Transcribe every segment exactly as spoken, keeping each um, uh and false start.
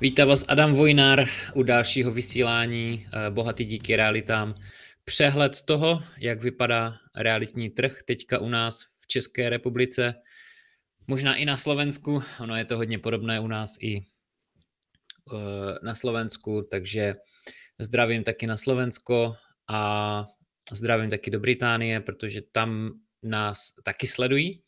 Vítá vás Adam Vojnár u dalšího vysílání Bohatý díky realitám. Přehled toho, jak vypadá realitní trh teďka u nás v České republice, možná i na Slovensku, ono je to hodně podobné u nás i na Slovensku, takže zdravím taky na Slovensko a zdravím taky do Británie, protože tam nás taky sledují.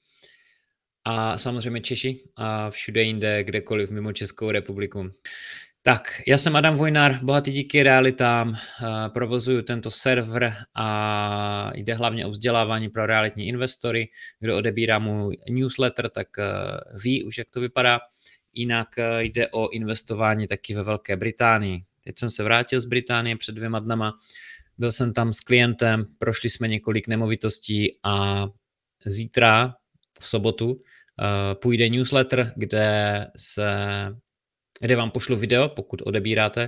A samozřejmě Češi a všude jinde, kdekoliv mimo Českou republiku. Tak, já jsem Adam Vojnár, Bohatý díky realitám, provozuju tento server a jde hlavně o vzdělávání pro realitní investory. Kdo odebírá můj newsletter, tak ví už, jak to vypadá. Jinak jde o investování taky ve Velké Británii. Teď jsem se vrátil z Británie před dvěma dnama, byl jsem tam s klientem, prošli jsme několik nemovitostí a zítra v sobotu půjde newsletter, kde se kde vám pošlu video, pokud odebíráte,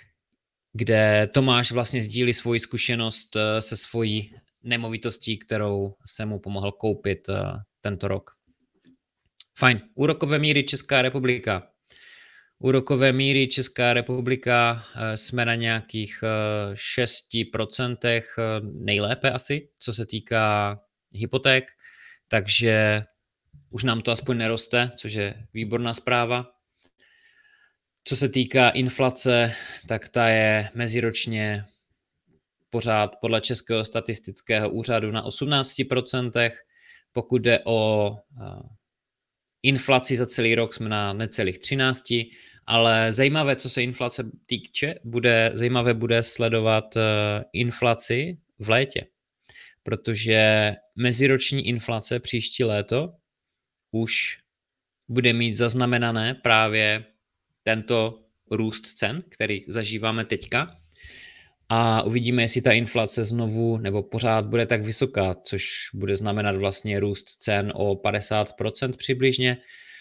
kde Tomáš vlastně sdílí svoji zkušenost se svojí nemovitostí, kterou jsem mu pomohl koupit tento rok. Fajn. Úrokové míry Česká republika. Úrokové míry Česká republika jsme na nějakých šest procent, nejlépe asi, co se týká hypoték, takže už nám to aspoň neroste, což je výborná zpráva. Co se týká inflace, tak ta je meziročně pořád podle Českého statistického úřadu na osmnáct procent. Pokud jde o inflaci za celý rok, jsme na necelých třináct, ale zajímavé, co se inflace týče, bude, zajímavé bude sledovat inflaci v létě, protože meziroční inflace příští léto už bude mít zaznamenané právě tento růst cen, který zažíváme teďka, a uvidíme, jestli ta inflace znovu nebo pořád bude tak vysoká, což bude znamenat vlastně růst cen o padesát procent přibližně,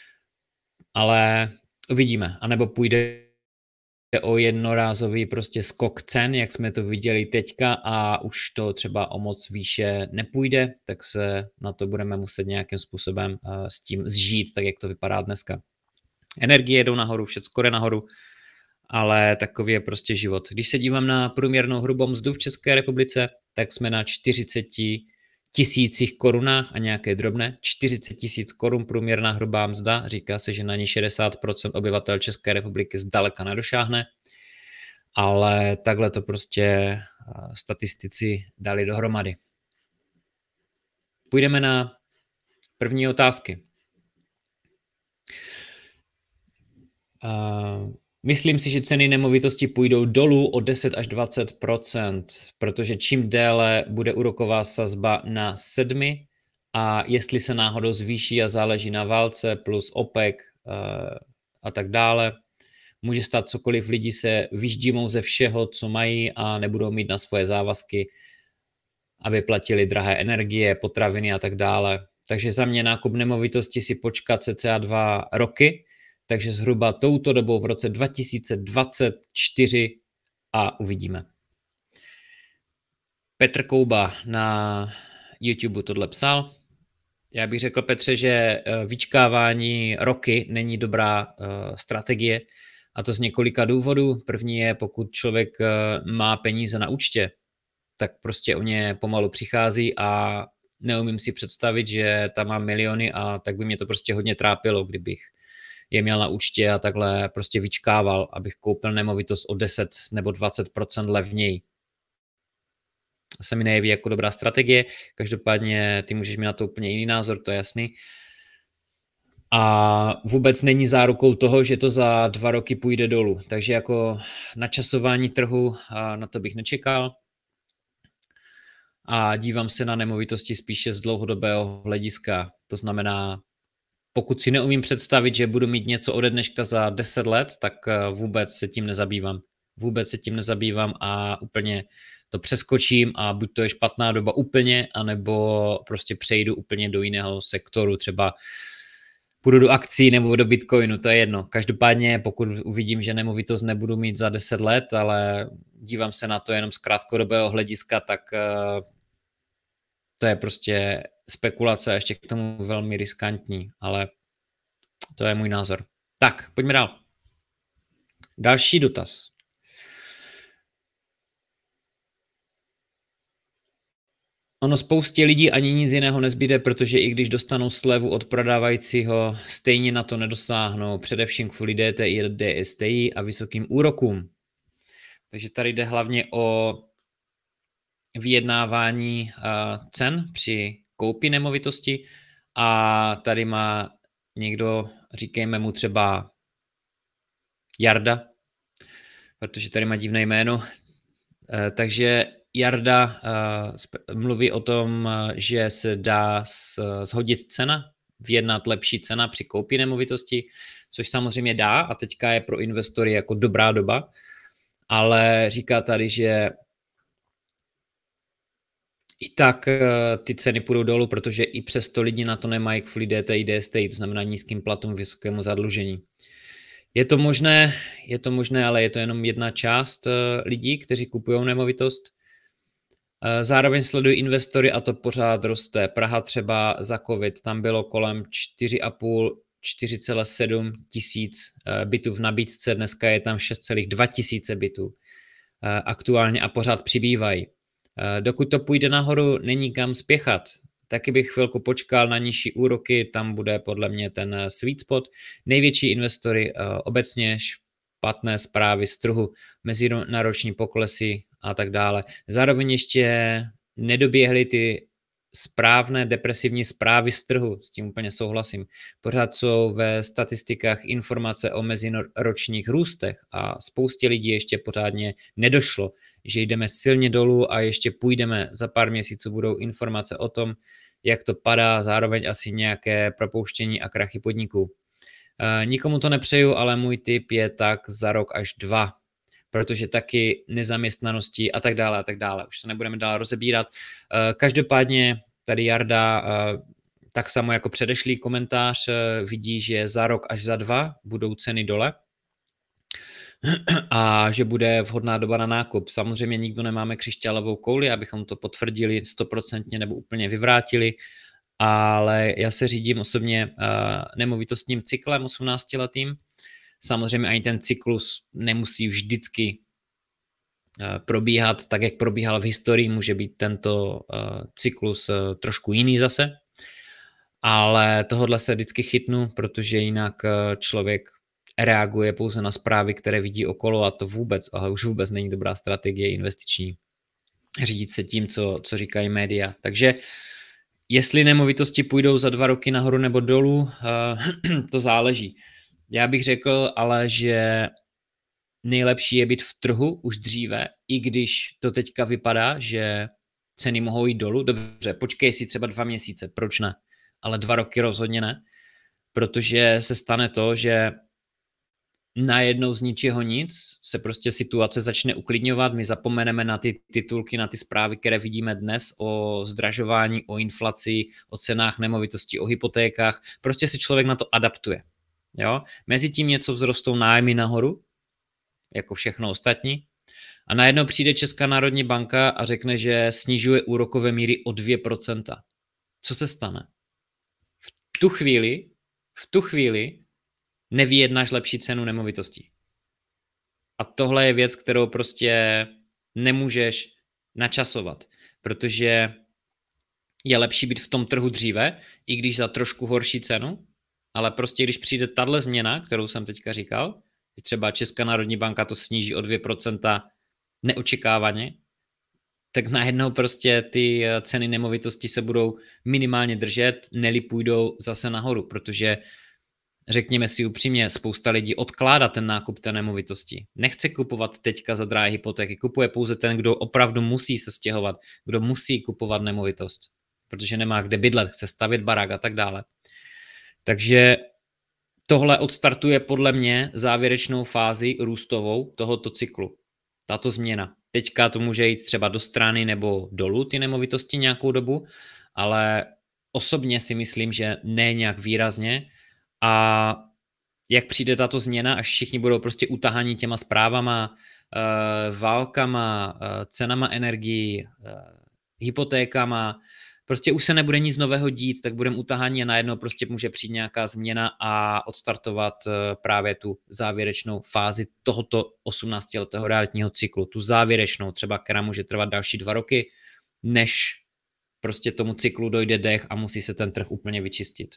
ale uvidíme, anebo půjde o jednorázový prostě skok cen, jak jsme to viděli teďka, a už to třeba o moc výše nepůjde, tak se na to budeme muset nějakým způsobem s tím zžít, tak jak to vypadá dneska. Energie jedou nahoru, všecko jde nahoru, ale takový je prostě život. Když se dívám na průměrnou hrubou mzdu v České republice, tak jsme na čtyřicet tisících korunách a nějaké drobné. čtyřicet tisíc korun průměrná hrubá mzda, říká se, že na ní šedesát procent obyvatel České republiky zdaleka nedošáhne, ale takhle to prostě statistici dali dohromady. Půjdeme na první otázky. Uh, myslím si, že ceny nemovitosti půjdou dolů o deset až dvacet procent, protože čím déle bude úroková sazba na sedmi a jestli se náhodou zvýší a záleží na válce plus OPEC uh, a tak dále, může stát cokoliv, lidi se vyždímou ze všeho, co mají, a nebudou mít na svoje závazky, aby platili drahé energie, potraviny a tak dále. Takže za mě nákup nemovitosti si počkat cca dva roky, takže zhruba touto dobou v roce dva tisíce dvacet čtyři a uvidíme. Petr Kouba na YouTube tohle psal. Já bych řekl, Petře, že vyčkávání roky není dobrá uh, strategie, a to z několika důvodů. První je, pokud člověk uh, má peníze na účtě, tak prostě o ně pomalu přichází a neumím si představit, že tam mám miliony, a tak by mě to prostě hodně trápilo, kdybych je měl na účtě a takhle prostě vyčkával, abych koupil nemovitost o deset nebo dvacet procent levněji. To se mi nejeví jako dobrá strategie, každopádně ty můžeš mít na to úplně jiný názor, to je jasný. A vůbec není zárukou toho, že to za dva roky půjde dolů, takže jako načasování trhu na to bych nečekal. A dívám se na nemovitosti spíše z dlouhodobého hlediska, to znamená, pokud si neumím představit, že budu mít něco ode dneška za deset let, tak vůbec se tím nezabývám. Vůbec se tím nezabývám a úplně to přeskočím, a buď to je špatná doba úplně, anebo prostě přejdu úplně do jiného sektoru, třeba půjdu do akcí nebo do Bitcoinu, to je jedno. Každopádně pokud uvidím, že nemovitost nebudu mít za deset let, ale dívám se na to jenom z krátkodobého hlediska, tak to je prostě spekulace, ještě k tomu velmi riskantní, ale to je můj názor. Tak, pojďme dál. Další dotaz. Ono spoustě lidí ani nic jiného nezbyde, protože i když dostanou slevu od prodávajícího, stejně na to nedosáhnou, především kvůli D T I, D S T I a vysokým úrokům. Takže tady jde hlavně o vyjednávání cen při koupi nemovitosti a tady má někdo, říkejme mu třeba Jarda, protože tady má divné jméno, takže Jarda mluví o tom, že se dá shodit cena, vyjednat lepší cena při koupi nemovitosti, což samozřejmě dá a teďka je pro investory jako dobrá doba, ale říká tady, že i tak ty ceny půjdou dolů, protože i přesto lidi na to nemají kvůli D T I, D S T I, to znamená nízkým platům, vysokému zadlužení. Je to možné, je to možné, ale je to jenom jedna část lidí, kteří kupují nemovitost. Zároveň sledují investory a to pořád roste. Praha třeba za covid, tam bylo kolem čtyři a půl, čtyři celá sedm tisíc bytů v nabídce, dneska je tam šest celá dva tisíce bytů aktuálně a pořád přibývají. Dokud to půjde nahoru, není kam spěchat. Taky bych chvilku počkal na nižší úroky, tam bude podle mě ten sweet spot. Největší investory obecně špatné zprávy z trhu, mezinárodní poklesy a tak dále. Zároveň ještě nedoběhly ty správné depresivní zprávy z trhu, s tím úplně souhlasím. Pořád jsou ve statistikách informace o meziročních růstech a spoustě lidí ještě pořádně nedošlo, že jdeme silně dolů a ještě půjdeme, za pár měsíců budou informace o tom, jak to padá, zároveň asi nějaké propouštění a krachy podniků. E, nikomu to nepřeju, ale můj tip je tak za rok až dva, protože taky nezaměstnanosti a tak dále a tak dále. Už to nebudeme dál rozebírat. Každopádně tady Jarda, tak samo jako předešlý komentář, vidí, že za rok až za dva budou ceny dole a že bude vhodná doba na nákup. Samozřejmě nikdo nemáme křišťálovou kouli, abychom to potvrdili stoprocentně nebo úplně vyvrátili, ale já se řídím osobně nemovitostním cyklem osmnáctiletým. Samozřejmě ani ten cyklus nemusí vždycky probíhat tak, jak probíhal v historii, může být tento cyklus trošku jiný zase, ale tohodle se vždycky chytnu, protože jinak člověk reaguje pouze na zprávy, které vidí okolo a to vůbec, ale už vůbec není dobrá strategie investiční. Řídit se tím, co, co říkají média. Takže jestli nemovitosti půjdou za dva roky nahoru nebo dolů, to záleží. Já bych řekl ale, že nejlepší je být v trhu už dříve, i když to teďka vypadá, že ceny mohou jít dolů. Dobře, počkej si třeba dva měsíce, proč ne? Ale dva roky rozhodně ne, protože se stane to, že najednou z ničeho nic se prostě situace začne uklidňovat, my zapomeneme na ty titulky, na ty zprávy, které vidíme dnes o zdražování, o inflaci, o cenách nemovitostí, o hypotékách, prostě se člověk na to adaptuje. Jo? Mezitím něco vzrostou nájmy nahoru, jako všechno ostatní, a najednou přijde Česká národní banka a řekne, že snižuje úrokové míry o dvě procenta. Co se stane? V tu chvíli, v tu chvíli nevyjednáš lepší cenu nemovitostí. A tohle je věc, kterou prostě nemůžeš načasovat, protože je lepší být v tom trhu dříve, i když za trošku horší cenu, ale prostě když přijde tahle změna, kterou jsem teďka říkal, třeba Česká národní banka to sníží o dvě procenta neočekávaně, tak najednou prostě ty ceny nemovitosti se budou minimálně držet, neli půjdou zase nahoru, protože řekněme si upřímně, spousta lidí odkládá ten nákup té nemovitosti. Nechce kupovat teďka za drahé hypotéky, kupuje pouze ten, kdo opravdu musí se stěhovat, kdo musí kupovat nemovitost, protože nemá kde bydlet, chce stavět barák a tak dále. Takže tohle odstartuje podle mě závěrečnou fázi růstovou tohoto cyklu. Tato změna. Teďka to může jít třeba do strany nebo dolů ty nemovitosti nějakou dobu, ale osobně si myslím, že ne nějak výrazně. A jak přijde tato změna, až všichni budou prostě utahaní těma zprávama, válkama, cenama energií, hypotékama, prostě už se nebude nic nového dít, tak budeme utahání a najednou prostě může přijít nějaká změna a odstartovat právě tu závěrečnou fázi tohoto osmnáctiletého realitního cyklu, tu závěrečnou, třeba která může trvat další dva roky, než prostě tomu cyklu dojde dech a musí se ten trh úplně vyčistit.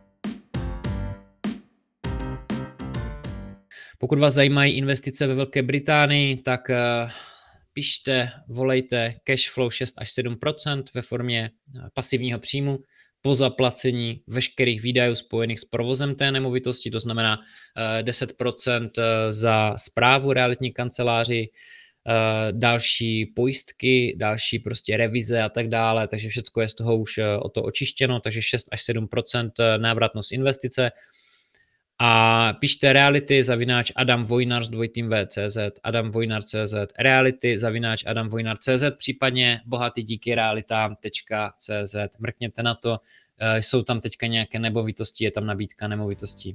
Pokud vás zajímají investice ve Velké Británii, tak pište, volejte cashflow šest až sedm procent ve formě pasivního příjmu po zaplacení veškerých výdajů spojených s provozem té nemovitosti, to znamená deset procent za správu realitní kanceláři, další pojistky, další prostě revize a tak dále, takže všechno je z toho už o to očištěno, takže šest až sedm procent návratnost investice. A pište reality zavináč Adam Vojnar s dvojitým V C Z, Adam Vojnar C Z, reality zavináč Adam Vojnar C Z, případně bohatý díky realitám tečka cé zet. Mrkněte na to, jsou tam teďka nějaké nemovitosti, je tam nabídka nemovitostí.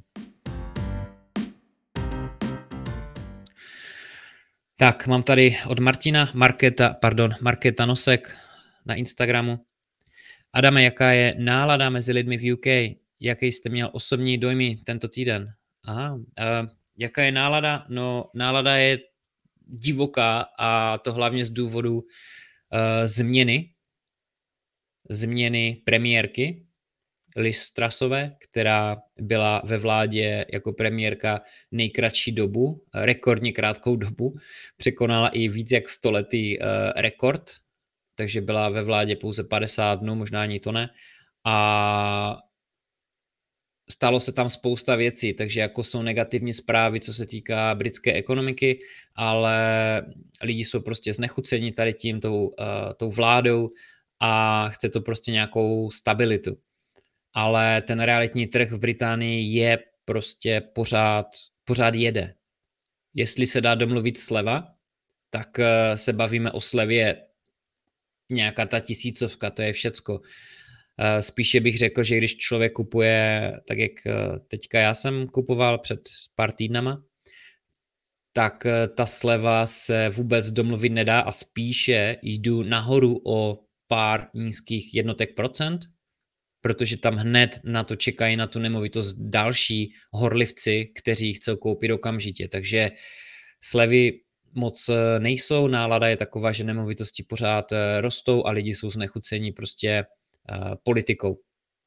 Tak, mám tady od Martina, Markéta, pardon, Markéta Nosek na Instagramu. Adame, jaká je nálada mezi lidmi v U K? Jaký jste měl osobní dojmy tento týden? Aha, uh, jaká je nálada? No, nálada je divoká a to hlavně z důvodu uh, změny, změny premiérky Liz Trussové, která byla ve vládě jako premiérka nejkratší dobu, rekordně krátkou dobu, překonala i víc jak stoletý uh, rekord, takže byla ve vládě pouze padesát dnů, možná ani to ne, a stalo se tam spousta věcí, takže jako jsou negativní zprávy, co se týká britské ekonomiky, ale lidi jsou prostě znechuceni tady tím, tou, uh, tou vládou a chce to prostě nějakou stabilitu. Ale ten realitní trh v Británii je prostě pořád, pořád jede. Jestli se dá domluvit sleva, tak uh, se bavíme o slevě nějaká ta tisícovka, to je všecko. Spíše bych řekl, že když člověk kupuje, tak jak teďka já jsem kupoval před pár týdnama, tak ta sleva se vůbec domluvit nedá a spíše jdu nahoru o pár nízkých jednotek procent, protože tam hned na to čekají na tu nemovitost další horlivci, kteří chcou koupit okamžitě. Takže slevy moc nejsou, nálada je taková, že nemovitosti pořád rostou a lidi jsou znechuceni prostě uh, politikou.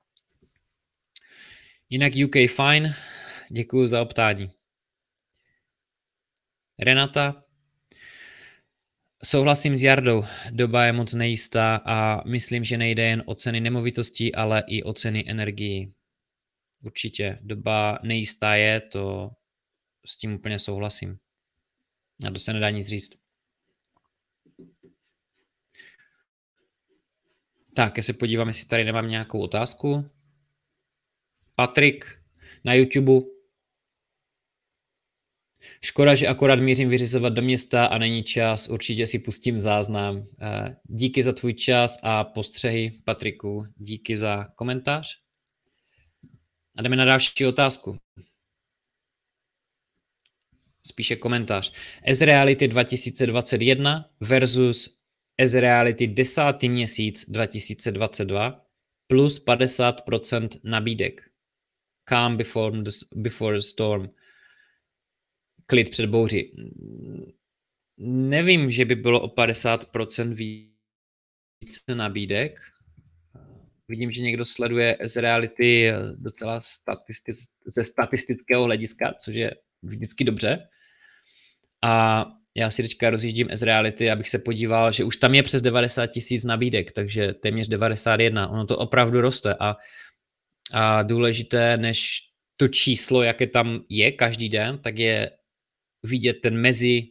Jinak U K fajn, děkuji za optání. Renata, souhlasím s Jardou, doba je moc nejistá a myslím, že nejde jen o ceny nemovitostí, ale i o ceny energií. Určitě, doba nejistá je, to s tím úplně souhlasím. A to se nedá nic říct. Tak, já se podívám, jestli tady nemám nějakou otázku. Patrik na YouTube. Škoda, že akorát mířím vyřizovat do města a není čas, určitě si pustím záznam. Díky za tvůj čas a postřehy, Patriku, díky za komentář. A jdeme na další otázku. Spíše komentář. S-Reality dva tisíce dvacet jedna versus S-Reality desátý měsíc dva tisíce dvacet dva plus padesát procent nabídek. Calm before the, before the storm. Klid před bouří. Nevím, že by bylo o padesát procent více nabídek. Vidím, že někdo sleduje S-Reality docela statistic, ze statistického hlediska, což je vždycky dobře. A já si teďka rozjíždím S-Reality, abych se podíval, že už tam je přes devadesát tisíc nabídek, takže téměř devadesát jedna. Ono to opravdu roste a, a důležité, než to číslo, jaké tam je každý den, tak je vidět ten mezi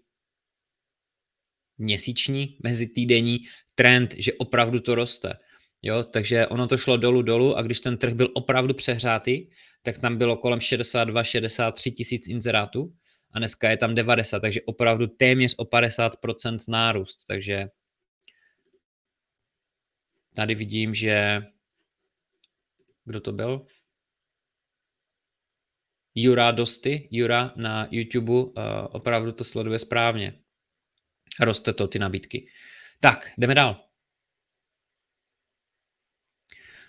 měsíční, mezi týdenní trend, že opravdu to roste. Jo, takže ono to šlo dolů dolů a když ten trh byl opravdu přehrátý, tak tam bylo kolem šedesát dva šedesát tři tisíc inzerátů a dneska je tam devadesát, takže opravdu téměř o padesát procent nárůst. Takže tady vidím, že kdo to byl? Jura Dosty, Jura na YouTube, uh, opravdu to sleduje správně. Roste to, ty nabídky. Tak, jdeme dál.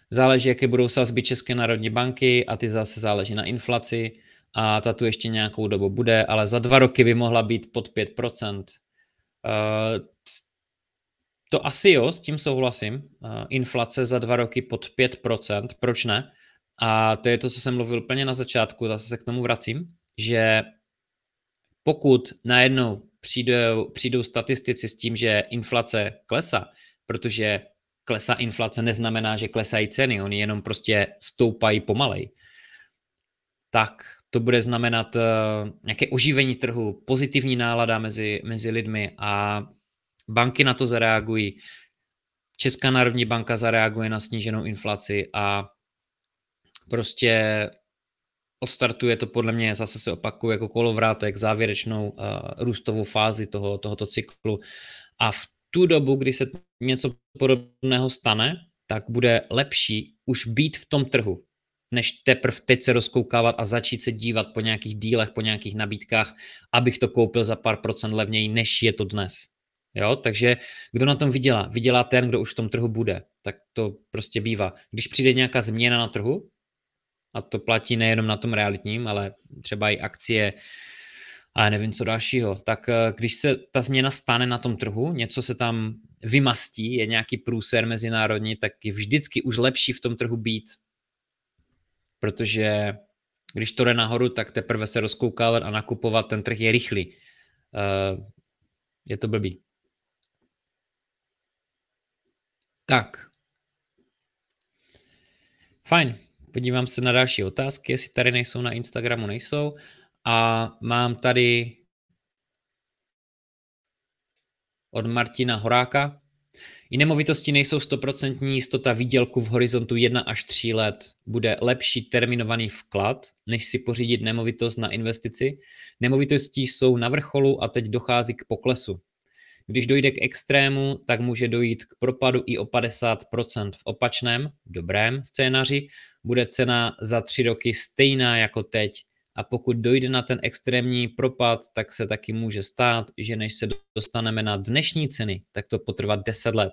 záleží, jaké budou sazby České národní banky a ty zase záleží na inflaci a ta tu ještě nějakou dobu bude, ale za dva roky by mohla být pod pět procent. Uh, to asi jo, s tím souhlasím. Uh, inflace za dva roky pod pět procent, proč ne? A to je to, co jsem mluvil úplně na začátku, zase se k tomu vracím, že pokud najednou přijdou, přijdou statistici s tím, že inflace klesá, protože klesá inflace neznamená, že klesají ceny, oni jenom prostě stoupají pomalej, tak to bude znamenat uh, nějaké oživení trhu, pozitivní nálada mezi, mezi lidmi a banky na to zareagují. Česká národní banka zareaguje na sníženou inflaci a prostě odstartuje to podle mě, zase se opakuje jako kolovrátek, závěrečnou uh, růstovou fázi toho, tohoto cyklu. A v tu dobu, kdy se něco podobného stane, tak bude lepší už být v tom trhu, než teprve teď se rozkoukávat a začít se dívat po nějakých dílech, po nějakých nabídkách, abych to koupil za pár procent levněji, než je to dnes. Jo, takže kdo na tom vydělá? Vydělá ten, kdo už v tom trhu bude. Tak to prostě bývá. Když přijde nějaká změna na trhu, a to platí nejenom na tom realitním, ale třeba i akcie a nevím co dalšího, tak když se ta změna stane na tom trhu, něco se tam vymastí, je nějaký průser mezinárodní, tak je vždycky už lepší v tom trhu být. Protože když to jde nahoru, tak teprve se rozkoukávat a nakupovat, ten trh je rychlý. Je to blbý. Tak. Fajn. Podívám se na další otázky, jestli tady nejsou na Instagramu, nejsou. A mám tady od Martina Horáka. I nemovitosti nejsou stoprocentní jistota výdělku v horizontu jedna až tři let. Bude lepší terminovaný vklad, než si pořídit nemovitost na investici. Nemovitosti jsou na vrcholu a teď dochází k poklesu. Když dojde k extrému, tak může dojít k propadu i o padesát procent. V opačném, dobrém scénáři bude cena za tři roky stejná jako teď. A pokud dojde na ten extrémní propad, tak se taky může stát, že než se dostaneme na dnešní ceny, tak to potrvá deset let.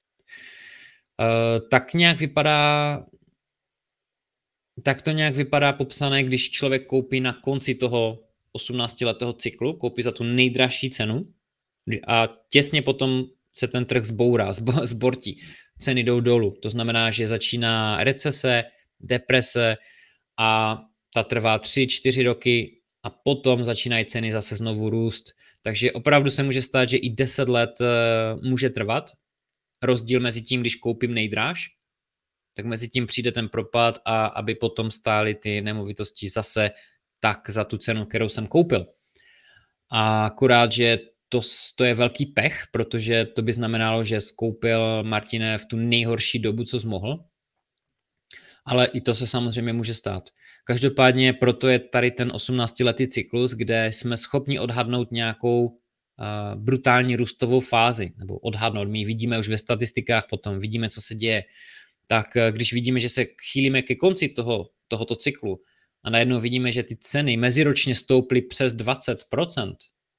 Uh, tak nějak vypadá, tak to nějak vypadá popsané, když člověk koupí na konci toho osmnáctiletého cyklu, koupí za tu nejdražší cenu a těsně potom se ten trh zbourá, zbortí. Ceny jdou dolů. To znamená, že začíná recese, deprese a ta trvá tři čtyři roky a potom začínají ceny zase znovu růst. Takže opravdu se může stát, že i deset let může trvat. Rozdíl mezi tím, když koupím nejdráž, tak mezi tím přijde ten propad a aby potom stály ty nemovitosti zase tak za tu cenu, kterou jsem koupil. A akorát, že to, to je velký pech, protože to by znamenalo, že skoupil Martine v tu nejhorší dobu, co jsi mohl. Ale i to se samozřejmě může stát. Každopádně proto je tady ten osmnáctiletý cyklus, kde jsme schopni odhadnout nějakou uh, brutální růstovou fázi, nebo odhadnout. My vidíme už ve statistikách potom, vidíme, co se děje. Tak uh, když vidíme, že se chýlíme ke konci toho, tohoto cyklu a najednou vidíme, že ty ceny meziročně stouply přes dvacet procent,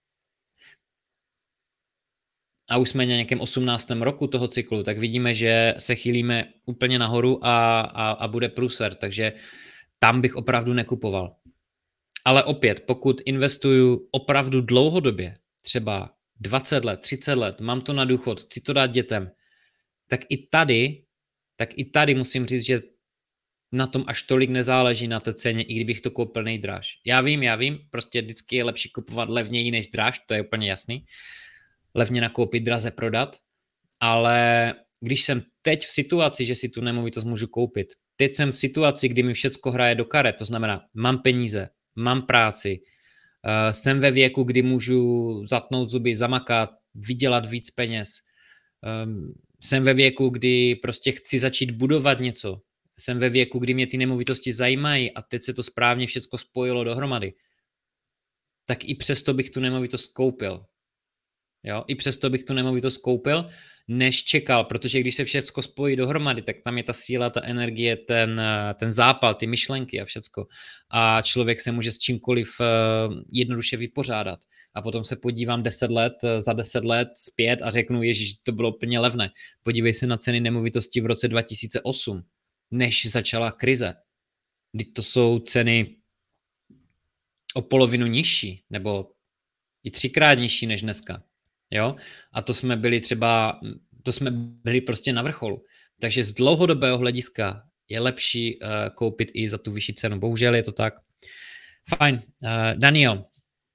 a už jsme na nějakém osmnáctém roku toho cyklu, tak vidíme, že se chýlíme úplně nahoru a, a, a bude průser, takže tam bych opravdu nekupoval. Ale opět, pokud investuju opravdu dlouhodobě, třeba dvacet let, třicet let, mám to na důchod, chci to dát dětem, tak i tady, tak i tady musím říct, že na tom až tolik nezáleží na té ceně, i kdybych to koupil nejdráž. Já vím, já vím, prostě vždycky je lepší kupovat levněji než dráž, to je úplně jasný. Levně nakoupit, draze prodat, ale když jsem teď v situaci, že si tu nemovitost můžu koupit, teď jsem v situaci, kdy mi všecko hraje do karet, to znamená, mám peníze, mám práci, uh, jsem ve věku, kdy můžu zatnout zuby, zamakat, vydělat víc peněz, um, jsem ve věku, kdy prostě chci začít budovat něco, jsem ve věku, kdy mě ty nemovitosti zajímají a teď se to správně všecko spojilo dohromady, tak i přesto bych tu nemovitost koupil. Jo, i přesto bych tu nemovitost koupil, než čekal, protože když se všecko spojí dohromady, tak tam je ta síla, ta energie, ten, ten zápal, ty myšlenky a všecko. A člověk se může s čímkoliv jednoduše vypořádat. A potom se podívám deset let, za deset let zpět a řeknu, ježiš, to bylo úplně levné. Podívej se na ceny nemovitosti v roce dva tisíce osm. než začala krize. Vždyť to jsou ceny o polovinu nižší, nebo i třikrát nižší než dneska. Jo? A to jsme byli třeba, to jsme byli prostě na vrcholu. Takže z dlouhodobého hlediska je lepší uh, koupit i za tu vyšší cenu. Bohužel je to tak. Fajn. Uh, Daniel,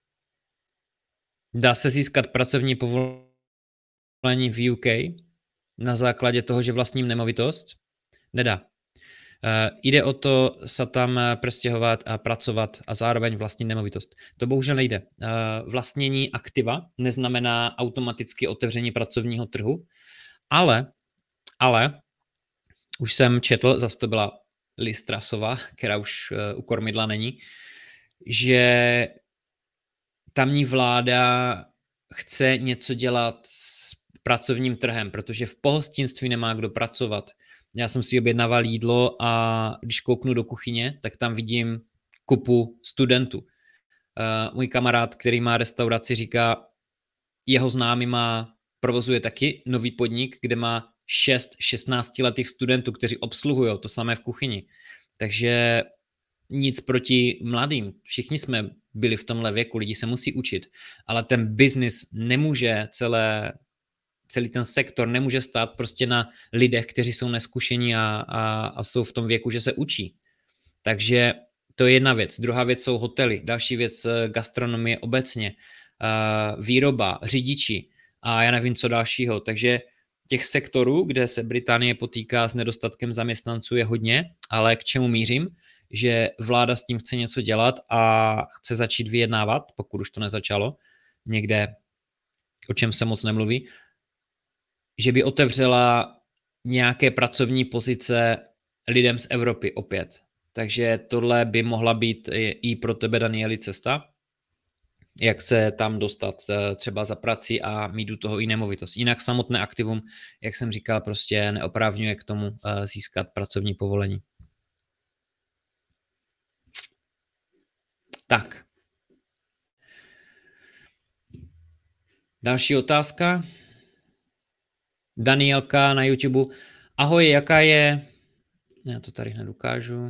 dá se získat pracovní povolení v U K na základě toho, že vlastním nemovitost? Nedá. Uh, jde o to se tam přestěhovat a pracovat a zároveň vlastnit nemovitost. To bohužel nejde. Uh, vlastnění aktiva neznamená automaticky otevření pracovního trhu, ale, ale už jsem četl, zase to byla Liz Trussová, která už uh, u kormidla není, že tamní vláda chce něco dělat s pracovním trhem, protože v pohostinství nemá kdo pracovat. Já jsem si objednával jídlo a když kouknu do kuchyně, tak tam vidím kupu studentů. Uh, můj kamarád, který má restauraci, říká, jeho známý má, provozuje taky nový podnik, kde má šest šestnáctiletých studentů, kteří obsluhují to samé v kuchyni. Takže nic proti mladým. Všichni jsme byli v tomhle věku, lidi se musí učit, ale ten biznis nemůže celé celý ten sektor nemůže stát prostě na lidech, kteří jsou neskušení a, a, a jsou v tom věku, že se učí. Takže to je jedna věc. Druhá věc jsou hotely, další věc gastronomie obecně, uh, výroba, řidiči a já nevím, co dalšího. Takže těch sektorů, kde se Británie potýká s nedostatkem zaměstnanců, je hodně, ale k čemu mířím? Že vláda s tím chce něco dělat a chce začít vyjednávat, pokud už to nezačalo, někde, o čem se moc nemluví, že by otevřela nějaké pracovní pozice lidem z Evropy opět. Takže tohle by mohla být i pro tebe, Danieli, cesta, jak se tam dostat třeba za prací a mít u toho i nemovitost. Jinak samotné aktivum, jak jsem říkal, prostě neoprávňuje k tomu získat pracovní povolení. Tak. Další otázka. Danielka na YouTube. Ahoj, jaká je... Já to tady hned ukážu.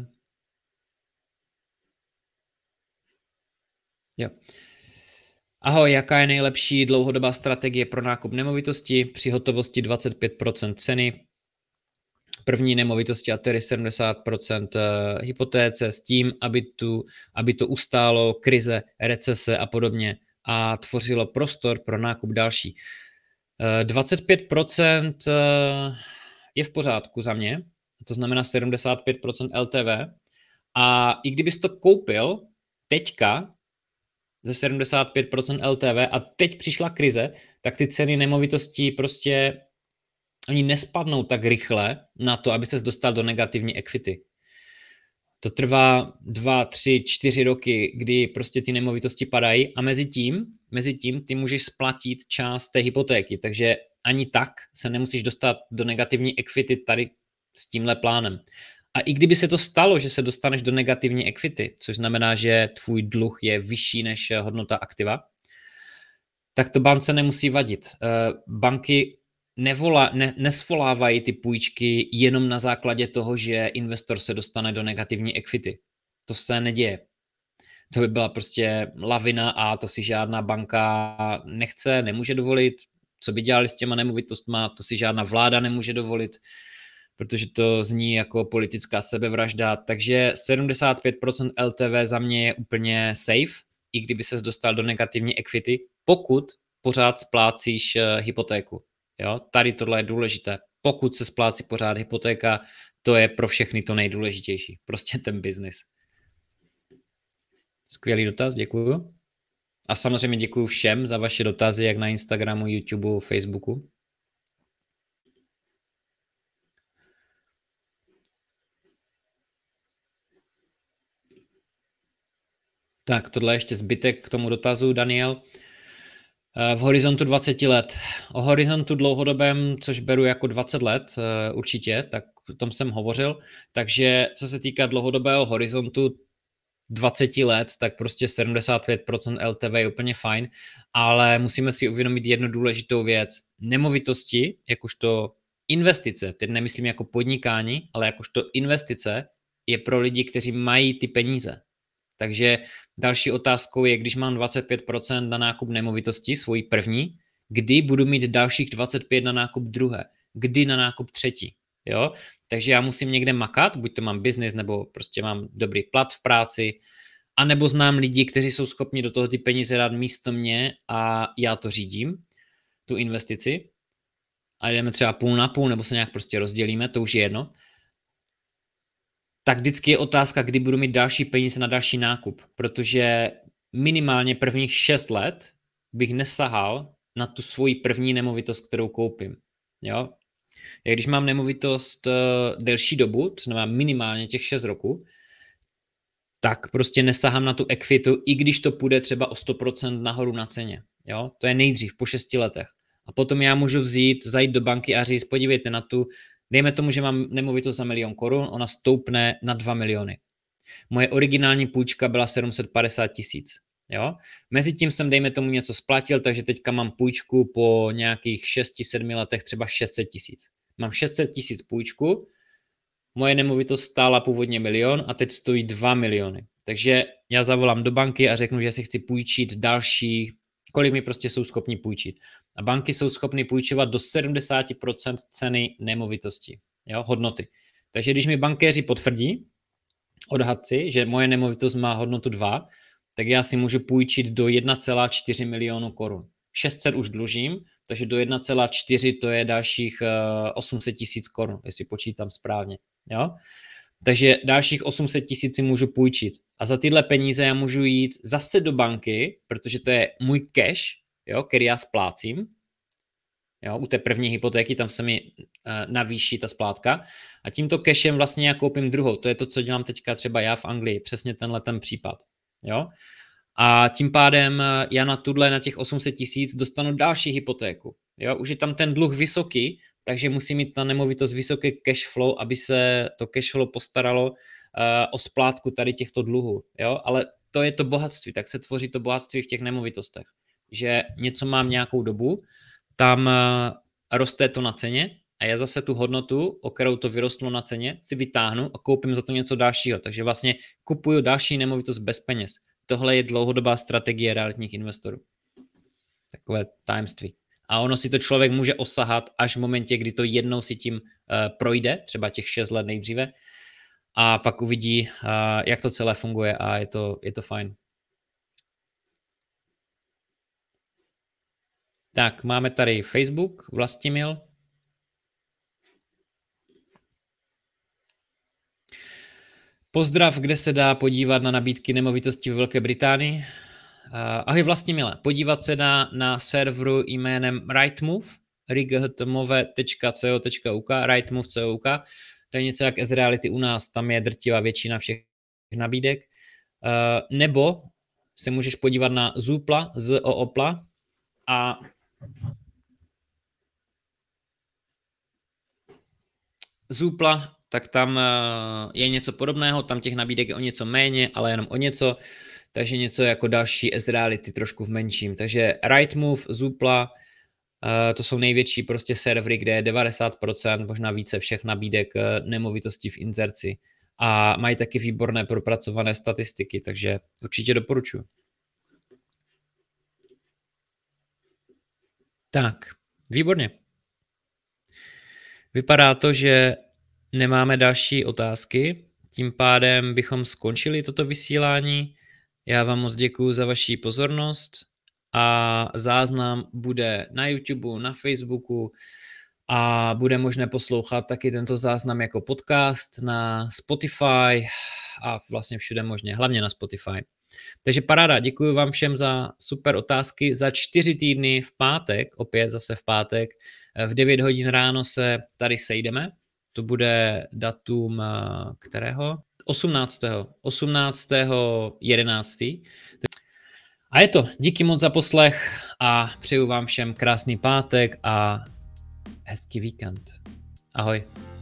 Jo. Ahoj, jaká je nejlepší dlouhodobá strategie pro nákup nemovitosti při hotovosti dvacet pět procent ceny, první nemovitosti a tedy sedmdesát procent hypotéce s tím, aby, tu, aby to ustálo krize, recese a podobně a tvořilo prostor pro nákup další. dvacet pět procent je v pořádku za mě, to znamená sedmdesát pět procent L T V a i kdybys to koupil teďka ze sedmdesát pět procent L T V a teď přišla krize, tak ty ceny nemovitostí prostě oni nespadnou tak rychle na to, aby ses dostal do negativní equity. To trvá dva, tři, čtyři roky, kdy prostě ty nemovitosti padají a mezi tím, mezi tím ty můžeš splatit část té hypotéky, takže ani tak se nemusíš dostat do negativní equity tady s tímhle plánem. A i kdyby se to stalo, že se dostaneš do negativní equity, což znamená, že tvůj dluh je vyšší než hodnota aktiva, tak to bance nemusí vadit. Banky nevolá, ne, nesvolávají ty půjčky jenom na základě toho, že investor se dostane do negativní equity. To se neděje. To by byla prostě lavina a to si žádná banka nechce, nemůže dovolit. Co by dělali s těma nemovitostma, to si žádná vláda nemůže dovolit, protože to zní jako politická sebevražda. Takže sedmdesát pět procent L T V za mě je úplně safe, i kdyby ses dostal do negativní equity, pokud pořád splácíš hypotéku. Jo? Tady tohle je důležité. Pokud se splácí pořád hypotéka, to je pro všechny to nejdůležitější. Prostě ten biznis. Skvělý dotaz, děkuju. A samozřejmě děkuju všem za vaše dotazy, jak na Instagramu, YouTubeu, Facebooku. Tak, tohle ještě zbytek k tomu dotazu, Daniel. V horizontu dvacet let. O horizontu dlouhodobém, což beru jako dvacet let, určitě, tak o tom jsem hovořil. Takže co se týká dlouhodobého horizontu dvacet let, tak prostě sedmdesát pět procent L T V je úplně fajn, ale musíme si uvědomit jednu důležitou věc. Nemovitosti, jakožto investice, teď nemyslím jako podnikání, ale jakožto investice, je pro lidi, kteří mají ty peníze. Takže další otázkou je, když mám dvacet pět procent na nákup nemovitosti, svoji první, kdy budu mít dalších dvacet pět procent na nákup druhé, kdy na nákup třetí. Jo? Takže já musím někde makat, buď to mám business, nebo prostě mám dobrý plat v práci, anebo znám lidi, kteří jsou schopni do toho ty peníze dát místo mě a já to řídím, tu investici, a jdeme třeba půl na půl, nebo se nějak prostě rozdělíme, to už je jedno, tak vždycky je otázka, kdy budu mít další peníze na další nákup, protože minimálně prvních šest let bych nesahal na tu svoji první nemovitost, kterou koupím. Jo? Já když mám nemovitost uh, delší dobu, to znamená minimálně těch šest roků, tak prostě nesahám na tu ekvitu, i když to půjde třeba o sto procent nahoru na ceně. Jo? To je nejdřív, po šesti letech. A potom já můžu vzít, zajít do banky a říct, podívejte na tu, dejme tomu, že mám nemovitost za milion korun, ona stoupne na dva miliony. Moje originální půjčka byla sedm set padesát tisíc. Jo? Mezitím jsem, dejme tomu, něco splatil, takže teďka mám půjčku po nějakých šesti sedmi letech třeba šest set tisíc. Mám šest set tisíc půjčku, moje nemovitost stála původně milion a teď stojí dva miliony. Takže já zavolám do banky a řeknu, že si chci půjčit další, kolik mi prostě jsou schopni půjčit. A banky jsou schopny půjčovat do sedmdesát procent ceny nemovitosti, jo, hodnoty. Takže když mi bankéři potvrdí, odhadci, že moje nemovitost má hodnotu dva, tak já si můžu půjčit do jedna celá čtyři milionu korun. šest set už dlužím, takže do jedna celá čtyři to je dalších osm set tisíc korun, jestli počítám správně. Jo? Takže dalších osm set tisíc si můžu půjčit. A za tyhle peníze já můžu jít zase do banky, protože to je můj cash, jo, který já splácím. Jo, u té první hypotéky tam se mi uh, navýší ta splátka a tímto cashem vlastně já koupím druhou. To je to, co dělám teďka třeba já v Anglii, přesně tenhle ten případ. Jo? A tím pádem já na tuhle, na těch osm set tisíc dostanu další hypotéku. Jo? Už je tam ten dluh vysoký, takže musí mít ta nemovitost vysoké cash flow, aby se to cash flow postaralo uh, o splátku tady těchto dluhů. Jo? Ale to je to bohatství, tak se tvoří to bohatství v těch nemovitostech. Že něco mám nějakou dobu, tam uh, roste to na ceně a já zase tu hodnotu, o kterou to vyrostlo na ceně, si vytáhnu a koupím za to něco dalšího. Takže vlastně kupuju další nemovitost bez peněz. Tohle je dlouhodobá strategie realitních investorů. Takové tajemství. A ono si to člověk může osahat až v momentě, kdy to jednou si tím uh, projde, třeba těch šest let nejdříve, a pak uvidí, uh, jak to celé funguje a je to, je to fajn. Tak, máme tady Facebook, Vlastimil. Pozdrav, kde se dá podívat na nabídky nemovitosti v Velké Británii. Uh, ahoj Vlastimile, podívat se dá na serveru jménem Rightmove, rightmove tečka co tečka uk, rightmove tečka co tečka uk. To je něco jak S-Reality u nás, tam je drtivá většina všech nabídek. Uh, nebo se můžeš podívat na Zoopla, z o opla, a Zoopla, tak tam je něco podobného, tam těch nabídek je o něco méně, ale jenom o něco, takže něco jako další S-Reality trošku v menším. Takže Rightmove, Zoopla, to jsou největší prostě servery, kde je devadesát procent, možná více všech nabídek nemovitostí v inzerci a mají taky výborné propracované statistiky, takže určitě doporučuji. Tak, výborně. Vypadá to, že nemáme další otázky, tím pádem bychom skončili toto vysílání. Já vám moc děkuju za vaši pozornost a záznam bude na YouTube, na Facebooku a bude možné poslouchat taky tento záznam jako podcast na Spotify a vlastně všude možně, hlavně na Spotify. Takže paráda, děkuji vám všem za super otázky. Za čtyři týdny v pátek, opět zase v pátek, v devět hodin ráno se tady sejdeme. To bude datum kterého? osmnáctého osmnáctého jedenáctého A je to. Díky moc za poslech a přeju vám všem krásný pátek a hezký víkend. Ahoj.